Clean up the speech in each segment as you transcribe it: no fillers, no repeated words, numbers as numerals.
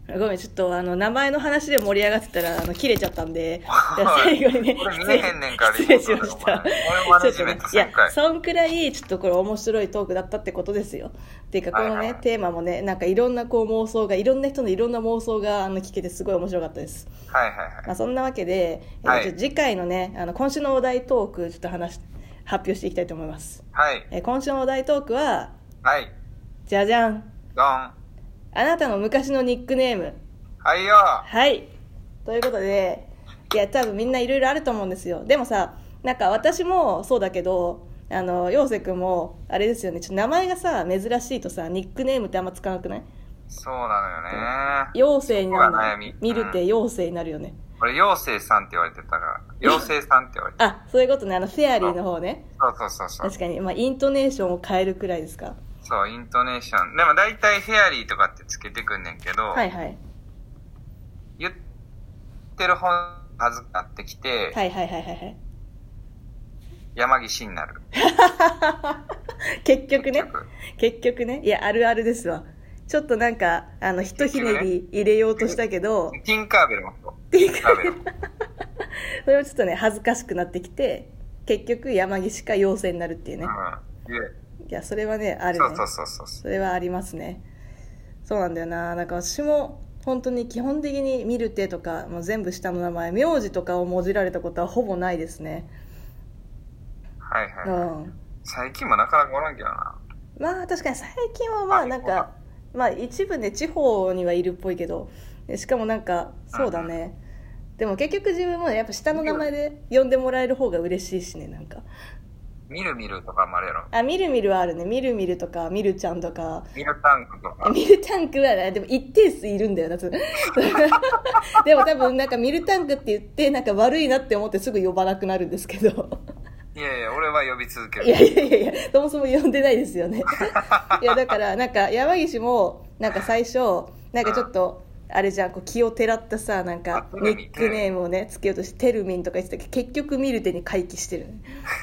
ごめん、ちょっと名前の話で盛り上がってたら切れちゃったんで、 おい最後にね、 俺見えへんねんから失礼しました。 俺マネジメントいや 1000回。 そんくらいちょっとこれ面白いトークだったってことですよ。っていうかこのね、 はいはいテーマもね、なんかいろんなこう妄想が、いろんな人のいろんな妄想が聞けてすごい面白かったです。 はいはいはい。 そんなわけで、 はいちょっと次回のね今週のお題トークちょっと発表していきたいと思います。 はい。 今週のお題トークははい。 じゃじゃん、 ドン。 あなたの昔のニックネーム。 はいよ。 はい、ということで、いや多分みんないろいろあると思うんですよ。でもさ、なんか私もそうだけど陽生君もあれですよね、ちょっと名前がさ珍しいとさニックネームってあんま使わなくない？ そうなのよね。 陽生になるのそこが悩み。 見るって陽生になるよね。 俺、妖精さんって言われてたから。妖精さんって言われてた。 あ、そういうことね、フェアリーの方ね。 そうそうそうそう。 確かに、イントネーションを変えるくらいですか？ そう、イントネーション。でも大体フェアリーとかってつけてくんねんけど、 はいはい。 言ってる本はずくなってきて、 はいはいはいはいはい。 山岸になる。 結局ね。いや、あるあるですわ。ちょっとなんか、ひとひねり入れようとしたけど、 ティンカーベルもそう。ティンカーベルも。 それもちょっとね、恥ずかしくなってきて、結局山岸か妖精になるっていうね。 うん。 いや、それはね、あるね。 そう。 それはありますね。そうなんだよな。なんか私も、本当に基本的に見る手とか、もう全部下の名前、名字とかをもじられたことはほぼないですね。 はいはい、 うん。 最近もなかなかおらんけどな。 まあ確かに最近はまあなんか、まあ一部ね地方にはいるっぽいけど、しかもなんかそうだね、でも結局自分もやっぱ下の名前で呼んでもらえる方が嬉しいしね。なんかみるみるとかもあるやろ。 あ、みるみるはあるね。みるみるとかみるちゃんとかミルタンクとか。 ミルタンクはね、でも一定数いるんだよなでも多分なんかミルタンクって言ってなんか悪いなって思ってすぐ呼ばなくなるんですけどいやいや、俺は呼び続ける。 いや、そもそも呼んでないですよねいやだからなんか山岸もなんか最初なんかちょっとあれじゃん、こう気をてらったさ、なんかニックネームをねつけようとしてテルミンとか言ってたけど、結局ミルテに回帰してる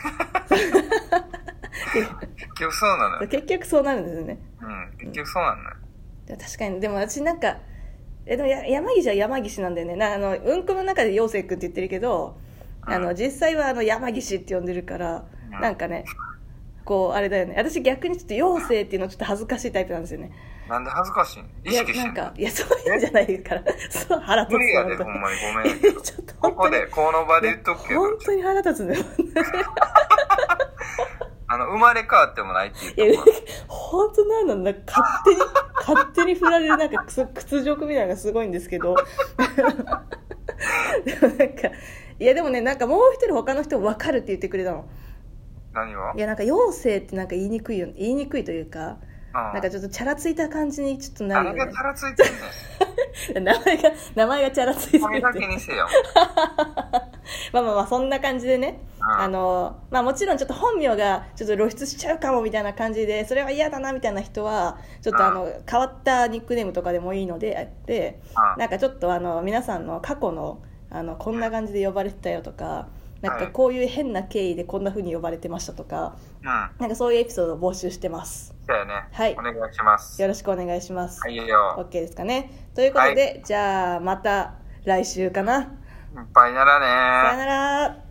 結局そうなのよ。 結局そうなるんですよね。 結局そうなのよ。 確かに。でも私なんかでも山岸は山岸なんだよね。うんこの中で陽生君って言ってるけど、実際は山岸って呼んでるから、なんかねこうあれだよね。私逆にちょっと陽生っていうのちょっと恥ずかしいタイプなんですよね。 なんで恥ずかしいの？意識してんの？ いやそういうんじゃないからそう腹立つ。 無理やで、ほんまにごめんちょっとここでこの場で言っとくけど、 本当に腹立つんだよ生まれ変わってもないって言ったもん。 本当なんだ、勝手に振られるなんか屈辱みたいなのがすごいんですけどでもなんかいやでもね、なんかもう一人他の人分かるって言ってくれたの。 何を？ いやなんか妖精ってなんか言いにくいというか、なんかちょっとチャラついた感じにちょっとなるよね。 誰がチャラついてんねん名前がチャラついてるって。 だけにせよまあそんな感じでね、まあもちろんちょっと本名がちょっと露出しちゃうかもみたいな感じで、それは嫌だなみたいな人はちょっと変わったニックネームとかでもいいので、なんかちょっと皆さんの過去のこんな感じで呼ばれてたよとか、なんかこういう変な経緯でこんな風に呼ばれてましたとか、なんかそういうエピソードを募集してます。 そうやね。 はい。 お願いします。 よろしくお願いします。 はいよ。 OK ですかね。ということで、じゃあまた来週かな。 いっぱいならね。 さよなら。